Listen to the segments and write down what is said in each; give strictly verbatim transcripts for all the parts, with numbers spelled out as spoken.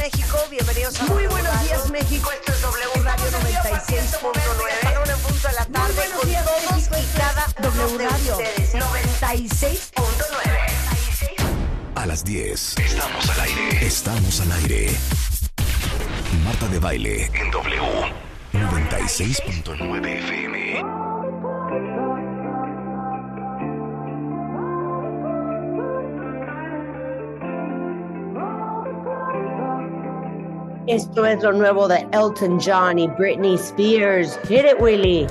México, bienvenidos a Muy W buenos Radio. días, México. Esto es W Radio noventa y seis punto nueve. Para un punto de la tarde buenos con días, todos México. y cada W uno de Radio ustedes. noventa y seis punto nueve. A las diez. Estamos al aire. Estamos al aire. Marta de Baile en W. noventa y seis punto nueve F M. Esto es lo nuevo de Elton John y Britney Spears. Hit it, Willie.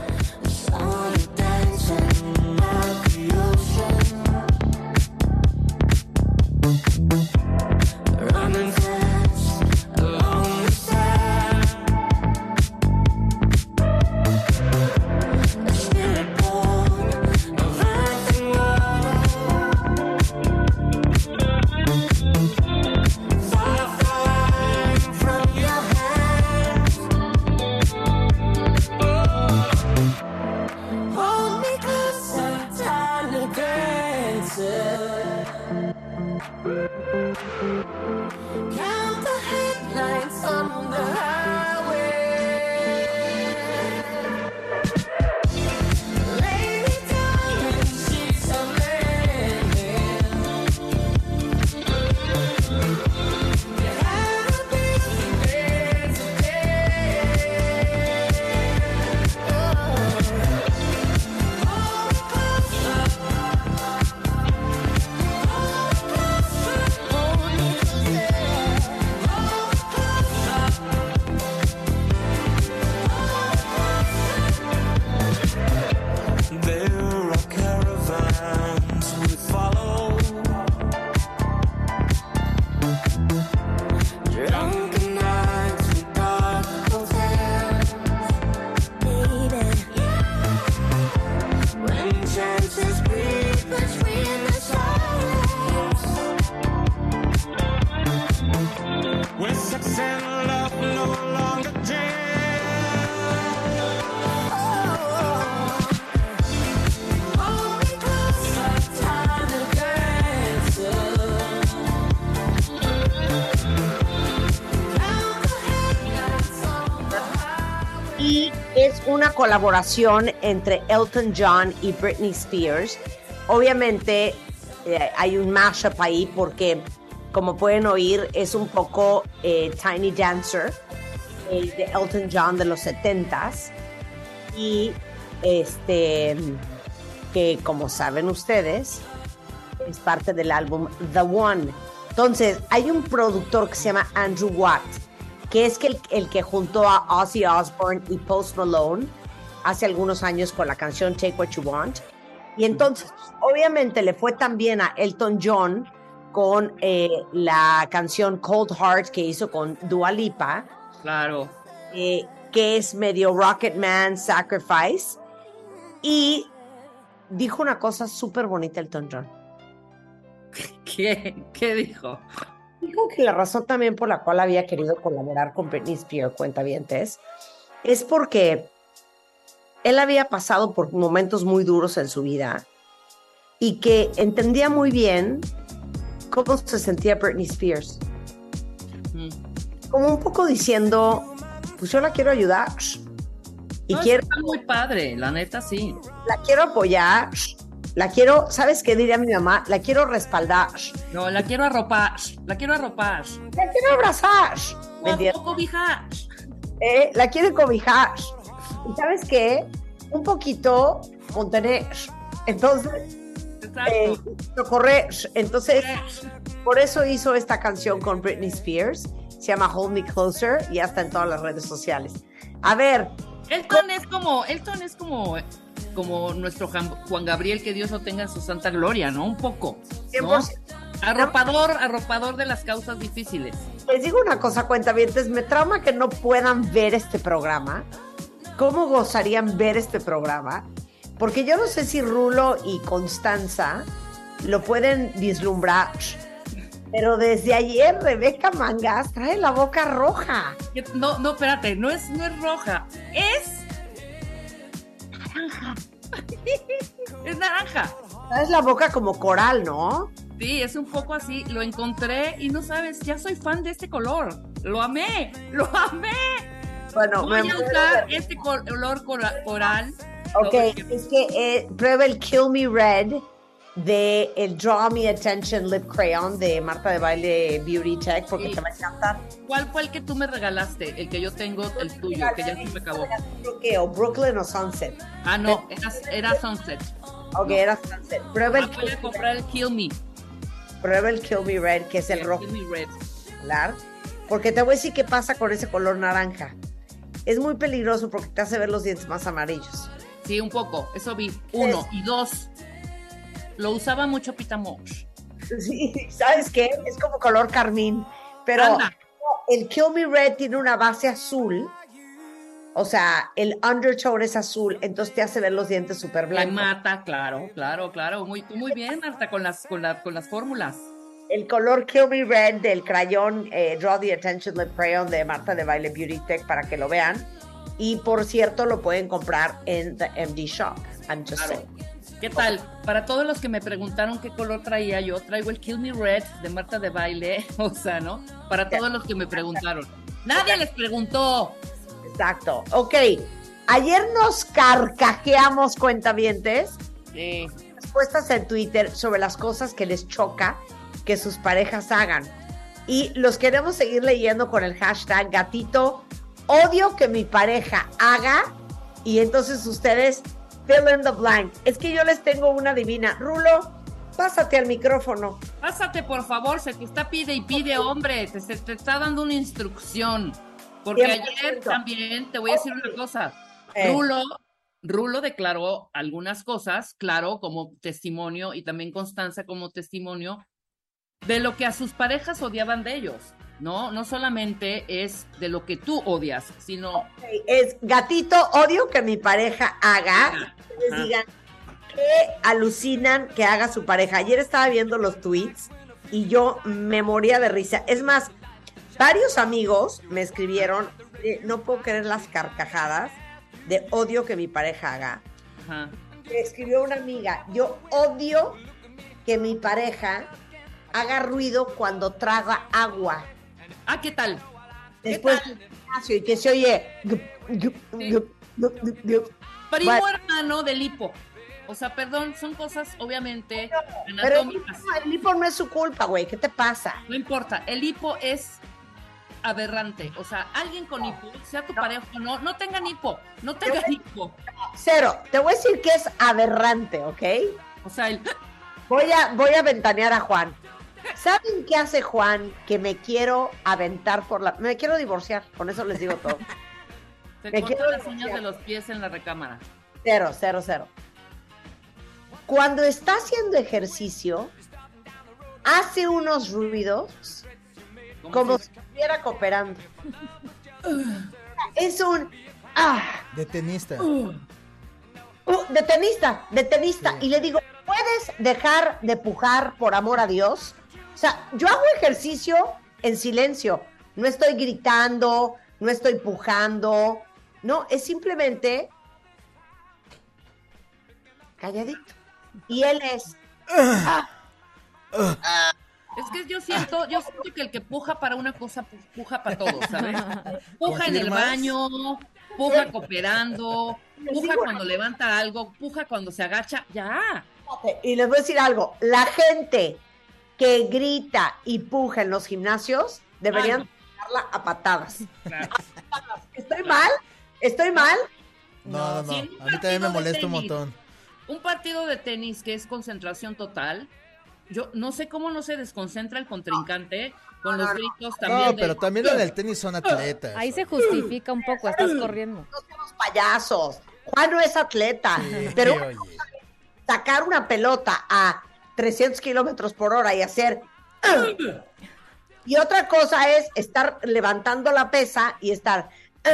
Y es una colaboración entre Elton John y Britney Spears. Obviamente eh, hay un mashup ahí porque, como pueden oír, es un poco eh, Tiny Dancer eh, de Elton John de los setentas. Y este, que como saben ustedes, es parte del álbum The One. Entonces, hay un productor que se llama Andrew Watt, que es que el, el que juntó a Ozzy Osbourne y Post Malone hace algunos años con la canción Take What You Want. Y entonces, obviamente, le fue también a Elton John con eh, la canción Cold Heart que hizo con Dua Lipa. Claro. Eh, que es medio Rocket Man Sacrifice. Y dijo una cosa súper bonita Elton John. ¿Qué? ¿Qué dijo? Dijo que la razón también por la cual había querido colaborar con Britney Spears, cuentavientes, es porque él había pasado por momentos muy duros en su vida y que entendía muy bien cómo se sentía Britney Spears. Mm. Como un poco diciendo, pues yo la quiero ayudar. Y no, quiero... Está muy padre, la neta sí. La quiero apoyar. La quiero, ¿sabes qué diría mi mamá? La quiero respaldar. No, la quiero arropar. La quiero arropar. La quiero abrazar. ¿Me o cobijar. Eh, la quiero cobijar. ¿Y sabes qué? Un poquito contener. Entonces, eh, socorrer. Entonces, por eso hizo esta canción con Britney Spears. Se llama Hold Me Closer y ya está en todas las redes sociales. A ver. Elton es como, Elton es como... como nuestro Juan Gabriel, que Dios lo tenga en su santa gloria, ¿no? Un poco, ¿no? cien por ciento. Arropador, arropador de las causas difíciles. Les digo una cosa, cuentavientes, me trauma que no puedan ver este programa. ¿Cómo gozarían ver este programa? Porque yo no sé si Rulo y Constanza lo pueden vislumbrar, pero desde ayer Rebeca Mangas trae la boca roja. No, no, espérate, no es, no es roja, es... naranja. Es naranja. Es la boca como coral, ¿no? Sí, es un poco así. Lo encontré y no sabes, ya soy fan de este color. Lo amé, lo amé. Bueno, voy me a usar ver. este color cora- coral. Ok, es que eh, prueba el Kill Me Red de el Draw Me Attention Lip Crayon de Marta de Baile Beauty Tech, porque sí. te va a encantar. ¿Cuál fue el que tú me regalaste? El que yo tengo, el tuyo, que ya se me acabó. ¿Qué? ¿O Brooklyn o Sunset? Ah, no, era, era Sunset. Ok, no. era Sunset. Prueba el ah, voy a comprar el Kill Me. Prueba el Kill Me Red, que es sí, el rojo. Kill Me Red. Claro. Porque te voy a decir qué pasa con ese color naranja. Es muy peligroso porque te hace ver los dientes más amarillos. Sí, un poco, eso vi. Uno. Es. Y dos, lo usaba mucho Pita Mosh. Sí, ¿sabes qué? Es como color carmín. Pero Anda. el Kill Me Red tiene una base azul. O sea, el undertone es azul, entonces te hace ver los dientes súper blancos. Te mata, claro, claro, claro. Muy, muy bien, Marta, con las, con, la, con las fórmulas. El color Kill Me Red del crayón eh, Draw the Attention Lip Crayon de Marta de Baile Beauty Tech para que lo vean. Y por cierto, lo pueden comprar en The M D Shop. I'm just claro. saying. ¿Qué tal? Para todos los que me preguntaron qué color traía yo, traigo el Kill Me Red de Marta de Baile. O sea, ¿no? Para todos los que me preguntaron. Nadie les preguntó. Exacto. Ok. Ayer nos carcajeamos, cuentavientes. Sí. Respuestas en Twitter sobre las cosas que les choca que sus parejas hagan. Y los queremos seguir leyendo con el hashtag gatito odio que mi pareja haga. Y entonces ustedes fill in the blank. Es que yo les tengo una divina. Rulo, pásate al micrófono. Pásate, por favor. Se te está pide y pide, hombre. Te, se te está dando una instrucción. Porque cien por ciento. Ayer también te voy a decir una cosa. Eh. Rulo, Rulo declaró algunas cosas, claro, como testimonio, y también Constanza como testimonio, de lo que a sus parejas odiaban de ellos, ¿no? No solamente es de lo que tú odias, sino... Okay. Es gatito, odio que mi pareja haga. Que les digan que alucinan que haga su pareja. Ayer estaba viendo los tweets y yo me moría de risa. Es más, varios amigos me escribieron, eh, no puedo creer las carcajadas de odio que mi pareja haga. Ajá. Me escribió una amiga, yo odio que mi pareja haga ruido cuando traga agua. Ah, ¿qué tal? Después ¿Qué tal? Y que se oye... Sí. Primo bueno. hermano del hipo. O sea, perdón, son cosas obviamente no, anatómicas. Pero el hipo no es su culpa, güey. ¿Qué te pasa? No importa, el hipo es aberrante. O sea, alguien con hipo, sea tu no. pareja o no, no tengan hipo, no tengan voy, hipo. Cero, te voy a decir que es aberrante, ¿ok? O sea, el... Voy a, voy a ventanear a Juan. ¿Saben qué hace Juan? Que me quiero aventar por la... Me quiero divorciar, con eso les digo todo. Se me cortó las uñas de los pies en la recámara. Cero, cero, cero. Cuando está haciendo ejercicio, hace unos ruidos como si estuviera cooperando. Es un... Ah, de tenista. Uh, uh, de tenista, de tenista. Sí. Y le digo, ¿puedes dejar de pujar por amor a Dios? O sea, yo hago ejercicio en silencio. No estoy gritando, no estoy pujando. No, es simplemente calladito. Y él es... Ah, ah, es que yo siento, yo siento que el que puja para una cosa, puja para todo, ¿sabes? Puja en el baño, puja cooperando, puja cuando levanta algo, puja cuando se agacha, ya. Y les voy a decir algo, la gente que grita y puja en los gimnasios deberían darla a patadas. Claro. ¿Estoy claro. mal? ¿Estoy mal? No, no, no. Si a mí también me molesta tenis, un montón. Un partido de tenis que es concentración total, yo no sé cómo no se desconcentra el contrincante con los gritos también. No, pero de... también en el tenis son atletas. Ahí se justifica un poco, estás corriendo. No somos payasos. Juan no es atleta, sí, pero oye. Sacar una pelota a trescientos kilómetros por hora y hacer... Y otra cosa es estar levantando la pesa y estar...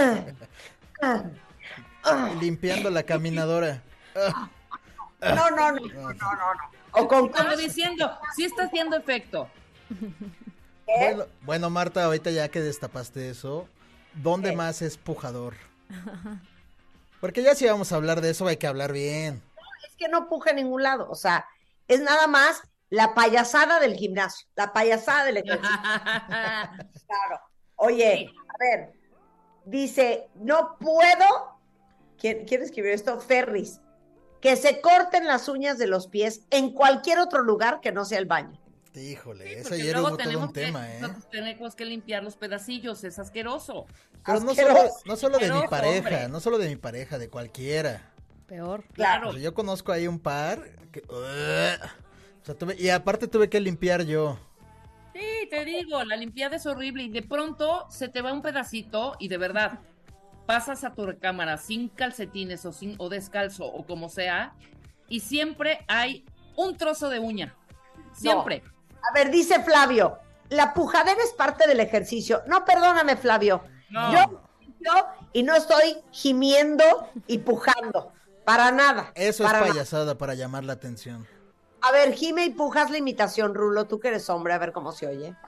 Limpiando la caminadora. No, no, no, no, no, no. O con como diciendo, sí está haciendo efecto. Bueno, bueno, Marta, ahorita ya que destapaste eso, ¿dónde ¿Qué? más es pujador? Porque ya si vamos a hablar de eso hay que hablar bien. No, es que no puja en ningún lado, o sea, es nada más la payasada del gimnasio, la payasada del ejercicio. Claro. Oye, a ver, dice, no puedo, ¿quién, quién escribió esto? Ferris, que se corten las uñas de los pies en cualquier otro lugar que no sea el baño. Híjole, Sí, eso porque ayer luego hubo todo tenemos un que- tema, ¿eh? nosotros tenemos que limpiar los pedacillos, es asqueroso. Pero no Asqueroso. solo, no solo de mi Asqueroso, pareja, hombre. no solo de mi pareja, de cualquiera. Peor. Claro. O sea, yo conozco ahí un par que... o sea, tuve, y aparte tuve que limpiar yo. Sí, te digo, la limpiada es horrible y de pronto se te va un pedacito y de verdad pasas a tu recámara sin calcetines o sin o descalzo o como sea y siempre hay un trozo de uña. Siempre. No. A ver, dice Flavio, la pujadera es parte del ejercicio. No, perdóname, Flavio. No. Yo, yo y no estoy gimiendo y pujando. Para nada. Eso para es nada. payasada para llamar la atención. A ver, gime y pujas la imitación, Rulo. Tú que eres hombre, a ver cómo se oye.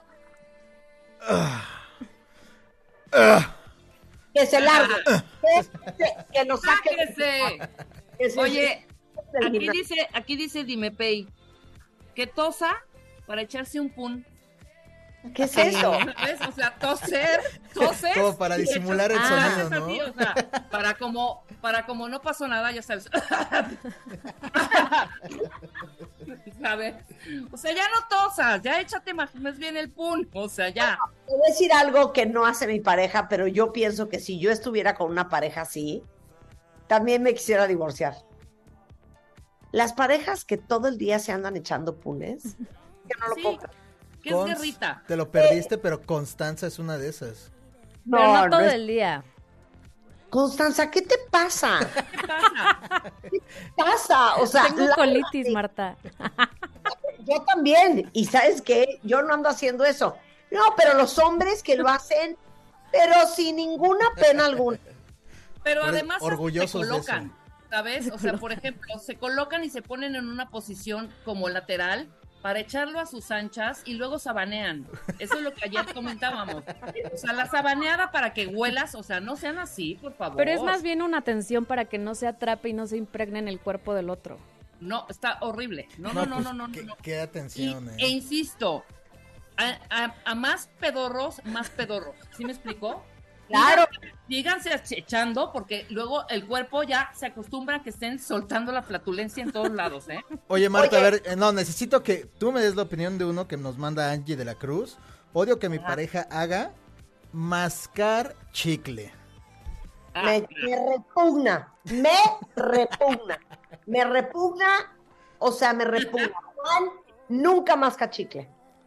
Que se largue. que, que, que nos saque. ¡Sáquese! que se- Oye, del aquí gimnasio. dice, aquí dice Dimepey que tosa para echarse un pun. ¿Qué es eso? ¿Sabes? O sea, toser, toser. Como para disimular el Ah. sonido, ¿no? Así, o sea, para como, para como no pasó nada, ya sabes. ¿Sabes? O sea, ya no tosas, ya échate más, más bien el pun. O sea, ya. Te voy a decir algo que no hace mi pareja, pero yo pienso que si yo estuviera con una pareja así, también me quisiera divorciar. Las parejas que todo el día se andan echando punes, que no lo Sí. puedo creer. ¿Qué es Cons- guerrita? Te lo perdiste, pero Constanza es una de esas. Pero no todo es- el día. Constanza, ¿qué te pasa? ¿Qué pasa? ¿Qué pasa? O sea, Tengo la- colitis, Marta. yo también. Y ¿sabes qué? Yo no ando haciendo eso. No, pero los hombres que lo hacen, pero sin ninguna pena alguna. Pero Pero además hasta se orgullosos de colocan, eso. ¿sabes? O sea, por ejemplo, se colocan y se ponen en una posición como lateral para echarlo a sus anchas y luego sabanean. Eso es lo que ayer comentábamos. O sea, la sabaneada para que huelas, o sea, no sean así, por favor. Pero es más bien una atención para que no se atrape y no se impregne en el cuerpo del otro. No, está horrible. No, no, no, pues, no, no. Qué, no. qué Y- atención, e eh. insisto, a, a- a más pedorros, más pedorros. ¿Sí me explicó? Claro. Díganse echando porque luego el cuerpo ya se acostumbra a que estén soltando la flatulencia en todos lados, ¿eh? Oye, Marta, Oye. a ver, eh, no, necesito que tú me des la opinión de uno que nos manda Angie de la Cruz. Odio que mi pareja haga mascar chicle. Ah, Me, me repugna, me repugna, me repugna, o sea, me repugna. Juan nunca masca chicle.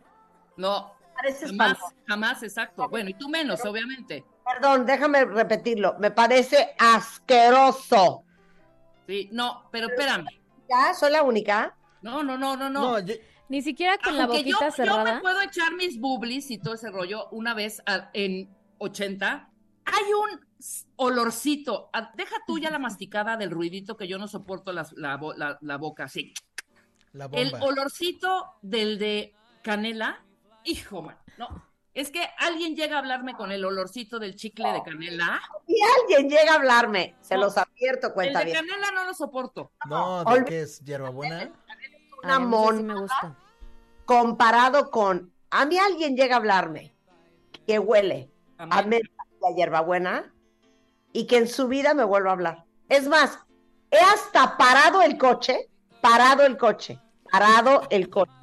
no, Parece jamás, espantoso. jamás, exacto. Bueno, y tú menos, obviamente. Perdón, déjame repetirlo. Me parece asqueroso. Sí, no, pero espérame. ¿Ya? ¿Soy la única? No, no, no, no, no. No, yo- Ni siquiera con la Aunque yo, boquita yo me cerrada. puedo echar mis bublis y todo ese rollo una vez a- en ochenta. Hay un s- olorcito. A- Deja tú ya la masticada del ruidito que yo no soporto las- la, bo- la- la boca así. la El bomba. olorcito del de canela, hijo, man, no. Es que alguien llega a hablarme con el olorcito del chicle de canela. Y alguien llega a hablarme, se No. los advierto, El cuenta de bien. canela no lo soporto. No, Olvi- ¿de qué es? ¿Hierbabuena? Una Ay, a mí ese sí mona me gusta. comparado con, a mí alguien llega a hablarme que huele a Amén. menta y a hierbabuena y que en su vida me vuelva a hablar. Es más, he hasta parado el coche, parado el coche, parado el coche.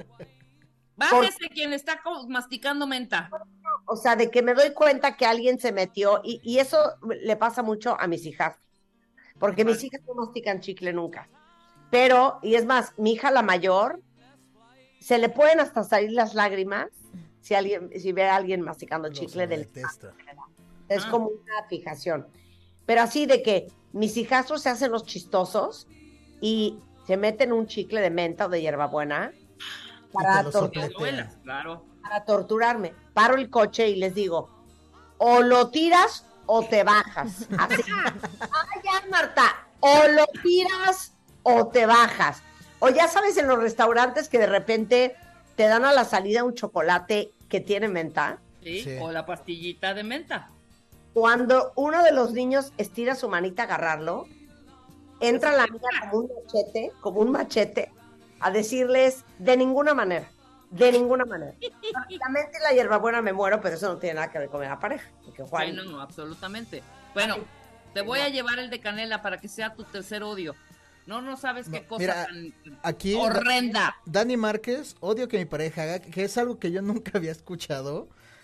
Bájese quien está co- masticando menta. O sea, de que me doy cuenta que alguien se metió y, y eso le pasa mucho a mis hijas, porque mis hijas no mastican chicle nunca. Pero, y es más, mi hija la mayor, se le pueden hasta salir las lágrimas si alguien, si ve a alguien masticando No, chicle se lo del detesta. es Ah. como una fijación. Pero así de que mis hijastros se hacen los chistosos y se meten un chicle de menta o de hierbabuena para, te lo tor- Que Sopletea. duela, claro. para torturarme. Paro el coche y les digo, o lo tiras o te bajas. Así. Ah, ya, Marta, o lo tiras o te bajas. O ya sabes en los restaurantes que de repente te dan a la salida un chocolate que tiene menta. ¿Sí? Sí. O la pastillita de menta. Cuando uno de los niños estira su manita a agarrarlo, entra la niña como un machete, como un machete, a decirles de ninguna manera, de ninguna manera. La mente y la hierbabuena me muero, pero eso no tiene nada que ver con la pareja. Porque Juan... Sí, no, no, absolutamente. Bueno, te voy a llevar el de canela para que sea tu tercer odio. No, no sabes qué No, cosa mira, tan aquí horrenda. Dani Márquez, odio que mi pareja haga, que es algo que yo nunca había escuchado,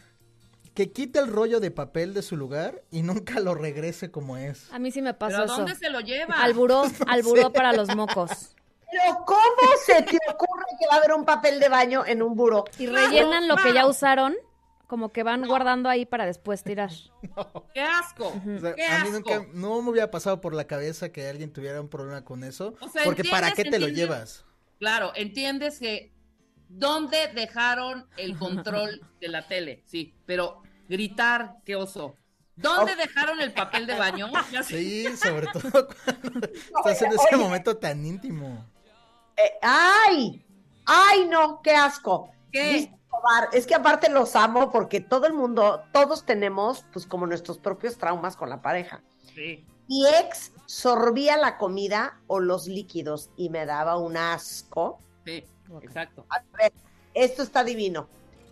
que quite el rollo de papel de su lugar y nunca lo regrese como es. A mí sí me pasa ¿Pero a eso. dónde se lo lleva? Al buró, al buró para los mocos. Pero ¿cómo se te ocurre que va a haber un papel de baño en un buró? Y rellenan lo que ya usaron, como que van guardando ahí para después tirar. ¡Qué asco! O sea, ¡Qué a mí asco! nunca, no me hubiera pasado por la cabeza que alguien tuviera un problema con eso, O sea, porque ¿para qué ¿entiendes? te lo ¿Entiendes? llevas? Claro, entiendes que ¿dónde dejaron el control de la tele? Sí, pero gritar, qué oso. ¿Dónde Oh. dejaron el papel de baño? Ya sé. Sí, sobre todo cuando estás en ese Oye. momento tan íntimo. Eh, ¡Ay! ¡Ay, no! ¡Qué asco! ¿Qué? Dice Escobar, es que aparte los amo porque todo el mundo, todos tenemos, pues como nuestros propios traumas con la pareja. Sí. Mi ex sorbía la comida o los líquidos y me daba un asco. Sí, exacto. A ver, esto está divino.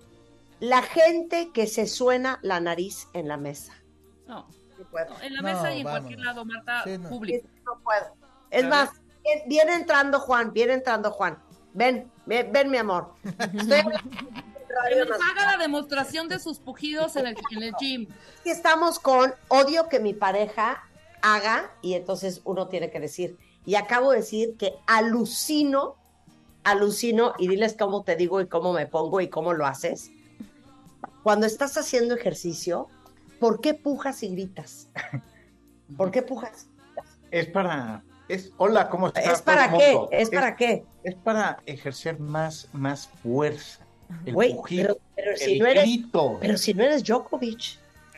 La gente que se suena la nariz en la mesa. No, No puedo. no, en la No, mesa y en vámonos. cualquier lado, Marta, Sí, no. público. No puedo. Es ¿Sabes? más, viene- viene entrando Juan, viene entrando Juan. Ven, ven, ven, mi amor. Estoy hablando de Que Radio nos Nacional. haga la demostración de sus pujidos en el, en el gym. Aquí estamos con odio que mi pareja haga y entonces uno tiene que decir. Y acabo de decir que alucino, alucino y diles cómo te digo y cómo me pongo y cómo lo haces. Cuando estás haciendo ejercicio, ¿por qué pujas y gritas? ¿Por qué pujas? Es para, es, hola, ¿cómo estás? ¿Es para Todo qué? el mundo. ¿Es para qué? Es para ejercer más, más fuerza. El Güey, pujido, pero, pero el si no eres, grito. pero si no eres Djokovic.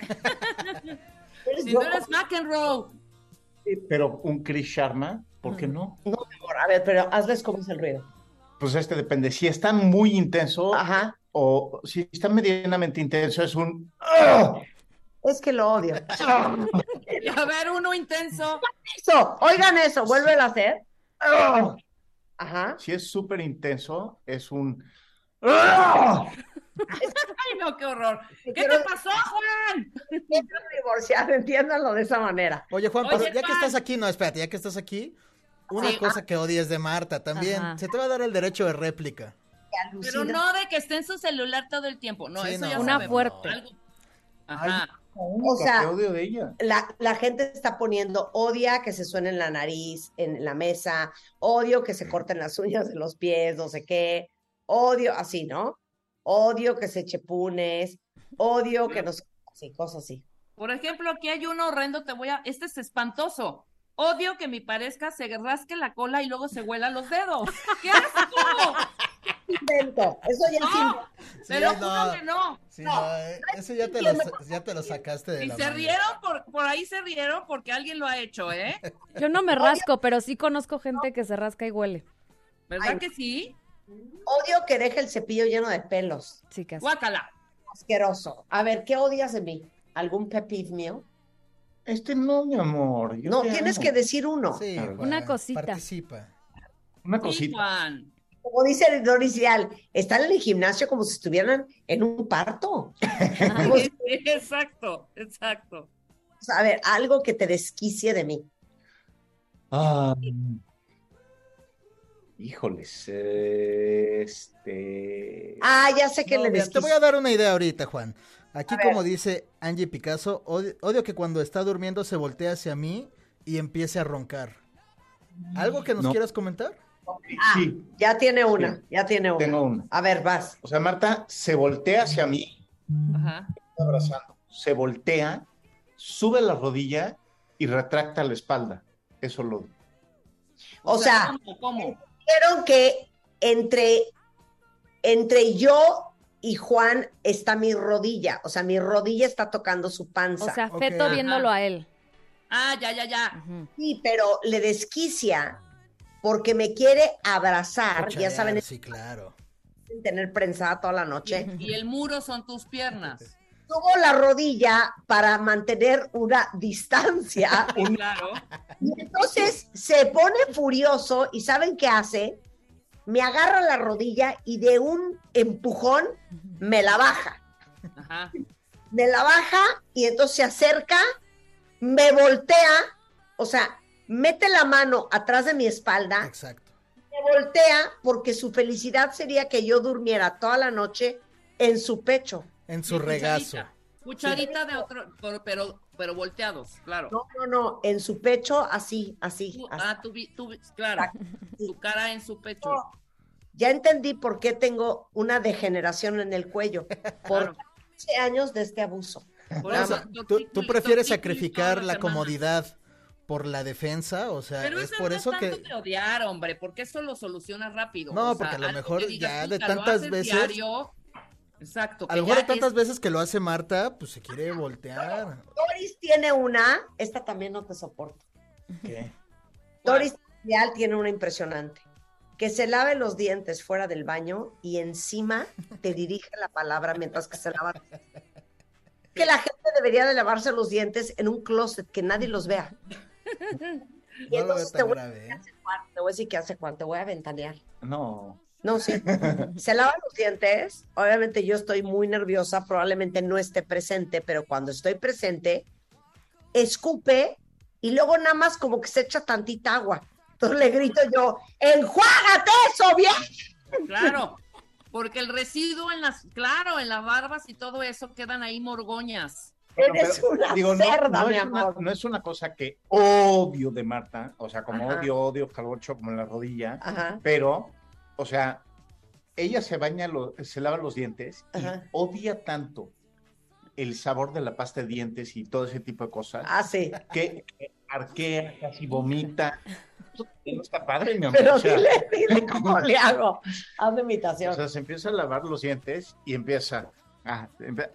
Eres Si no Djokovic. eres McEnroe. Pero un Chris Sharma, ¿por qué no? No, mi amor, a ver, pero hazles cómo es el ruido. Pues este depende. Si está muy intenso Ajá. o si está medianamente intenso, es un... ¡ah! Es que lo odio. Y a ver, uno intenso. Eso, oigan eso, vuélvelo a hacer. ¡ah! Ajá. Si es súper intenso, es un... ¡ah! Ay, no, qué horror. ¿Qué quiero- te pasó, Juan? Quiero divorciar, entiéndanlo de esa manera. Oye, Juan, Oye, pero ya que Juan. estás aquí, no, espérate, ya que estás aquí, una Sí. cosa que odies de Marta también, Ajá. se te va a dar el derecho de réplica. Pero no de que esté en su celular todo el tiempo. No, Sí, eso no. ya Una sabemos. fuerte. Algo- Ajá. O sea- ¿Qué odio de ella? La, la gente está poniendo odia que se suene en la nariz, en la mesa, odio que se corten las uñas de los pies, no sé qué, odio, así, ¿no? Odio que se eche punes, odio que nos... Así, cosas así. Por ejemplo, aquí hay uno horrendo, te voy a... Este es espantoso. Odio que mi pareja se rasque la cola y luego se huela los dedos. ¡Qué asco! Invento, eso ya es No, invento. te lo no. juro que no. Sí, No. no, eh, eso ya te, lo, ya te lo sacaste de Y la se manga. rieron, por, por ahí se rieron porque alguien lo ha hecho, ¿eh? Yo no me rasco, pero sí conozco gente que se rasca y huele. ¿Verdad Ay. que sí? Odio que deje el cepillo lleno de pelos. Sí, que así. Guácala. Asqueroso. A ver, ¿qué odias de mí? ¿Algún pet peeve mío? Este no, mi amor. yo No, te tienes amo. que decir uno. Sí, Una Juan, cosita. Participa. Una Sí, cosita. Juan. Como dice el Doris Leal, están en el gimnasio como si estuvieran en un parto. Como si- Exacto, exacto. a ver, algo que te desquicie de mí. Ah, híjoles, eh, este... Ah, ya sé que No, le mira, te desquicia. voy a dar una idea ahorita, Juan. Aquí, A ver. como dice Angie Picasso, odio, odio que cuando está durmiendo se voltee hacia mí y empiece a roncar. ¿Algo que nos No. quieras comentar? Ah, Sí, ya tiene una, Sí. ya tiene una. tengo una. A ver, vas. O sea, Marta se voltea hacia mí, Ajá. abrazando. Se voltea, sube la rodilla y retracta la espalda. Eso lo... O sea, ¿cómo? ¿Cómo? Vieron que entre, entre yo y Juan está mi rodilla. O sea, mi rodilla está tocando su panza. O sea, Ok. feto Ajá. viéndolo a él. Ah, ya, ya, ya. Ujú. sí, pero le desquicia porque me quiere abrazar. Ya Cocharear, saben, Sí, claro. tener prensada toda la noche. Y el muro son tus piernas. Subo la rodilla para mantener una distancia. Sí, claro. Y entonces se pone furioso y ¿saben qué hace? me agarra la rodilla y de un empujón me la baja. Ajá. Me la baja y entonces se acerca, me voltea, o sea, mete la mano atrás de mi espalda. Exacto. Me voltea porque su felicidad sería que yo durmiera toda la noche en su pecho. En su Y regazo. Cucharita, cucharita sí. de otro, pero, pero, pero volteados, claro. No, no, no, en su pecho, así, así. Tú, así. ah, tú, tú, claro, sí. Tu cara en su pecho. No, ya entendí por qué tengo una degeneración en el cuello. Por Claro. once años de este abuso. Por No, eso, o sea, tú, tortícolis, tú prefieres tortícolis sacrificar toda la semana. comodidad por la defensa, o sea, Pero es eso por no eso es que... tanto de odiar, hombre, porque eso lo soluciona rápido. No, o sea, porque a lo algo mejor que digas, ya de "Puta, lo tantas haces veces- diario". Exacto. A que lo mejor ya de tantas es- veces que lo hace Marta, pues se quiere voltear. Doris tiene una, esta también no te soporto. ¿Qué? Doris Leal tiene una impresionante. Que se lave los dientes fuera del baño y encima te dirige la palabra mientras que se lava. Que la gente debería de lavarse los dientes en un closet, que nadie los vea. Y No lo veo entonces te tan voy, grave, ¿eh? te voy a decir que hace Juan, te voy a ventanear. No. No, sí. Se lava los dientes. Obviamente yo estoy muy nerviosa, probablemente no esté presente, pero cuando estoy presente, escupe y luego nada más como que se echa tantita agua. Entonces le grito yo, ¡enjuágate eso bien! Claro, porque el residuo en las, claro, en las barbas y todo eso quedan ahí morgoñas. Bueno, Eres pero, una digo, no, cerda, no mi es una, amor. no es una cosa que odio de Marta, o sea, como Ajá. odio, odio calorcho como en la rodilla, Ajá. pero, o sea, ella se baña, lo- se lava los dientes y Ajá. odia tanto el sabor de la pasta de dientes y todo ese tipo de cosas Ah, sí. que que arquea, casi vomita. Eso no está padre, mi amor. Pero o sea, dile, dile cómo le hago. Haz de o imitación. sea, se empieza a lavar los dientes y empieza a... empe-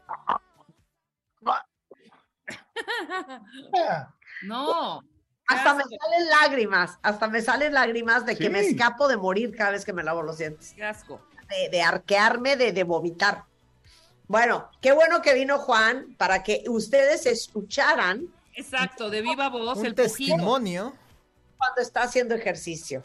No. Hasta me Qué asco, salen lágrimas, hasta me salen lágrimas de que Sí. me escapo de morir cada vez que me lavo los dientes. qué asco. De, de arquearme, de, de vomitar. Bueno, qué bueno que vino Juan para que ustedes escucharan Exacto, de viva voz Un el pujido. testimonio. cuando está haciendo ejercicio.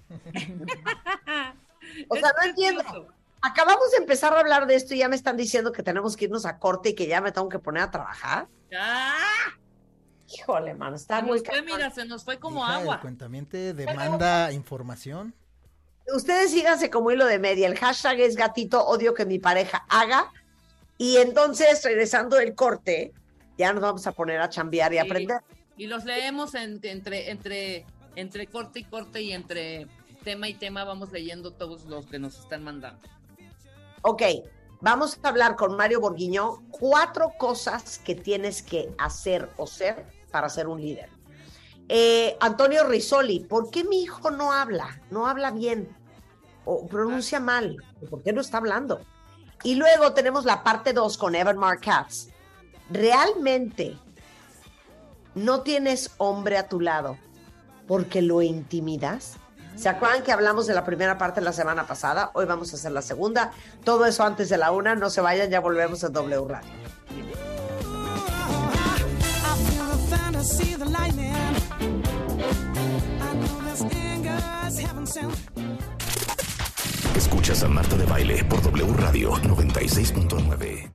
O Es sea, no entiendo. precioso. Acabamos de empezar a hablar de esto y ya me están diciendo que tenemos que irnos a corte y que ya me tengo que poner a trabajar. ¡Ah! Híjole, mano, está Se muy nos fue, cañón. mira, se nos fue como Hija, agua. El cuentamiente demanda información. Ustedes síganse como hilo de media. El hashtag es gatito odio que mi pareja haga. Y entonces, regresando del corte, ya nos vamos a poner a chambear y a Sí. aprender. Y los leemos en- entre, entre, entre corte y corte y entre tema y tema vamos leyendo todos los que nos están mandando. Ok, vamos a hablar con Mario Borguiño. Cuatro cosas que tienes que hacer o ser para ser un líder. Eh, Antonio Risoli, ¿por qué mi hijo no habla? No habla bien o pronuncia mal. ¿Por qué no está hablando? Y luego tenemos la parte dos con Evan Marcatz. ¿Realmente no tienes hombre a tu lado porque lo intimidas? ¿Se acuerdan que hablamos de la primera parte la semana pasada? Hoy vamos a hacer la segunda. Todo eso antes de la una. No se vayan, ya volvemos a W Radio. Escuchas a Marta de Baile por W Radio noventa y seis punto nueve.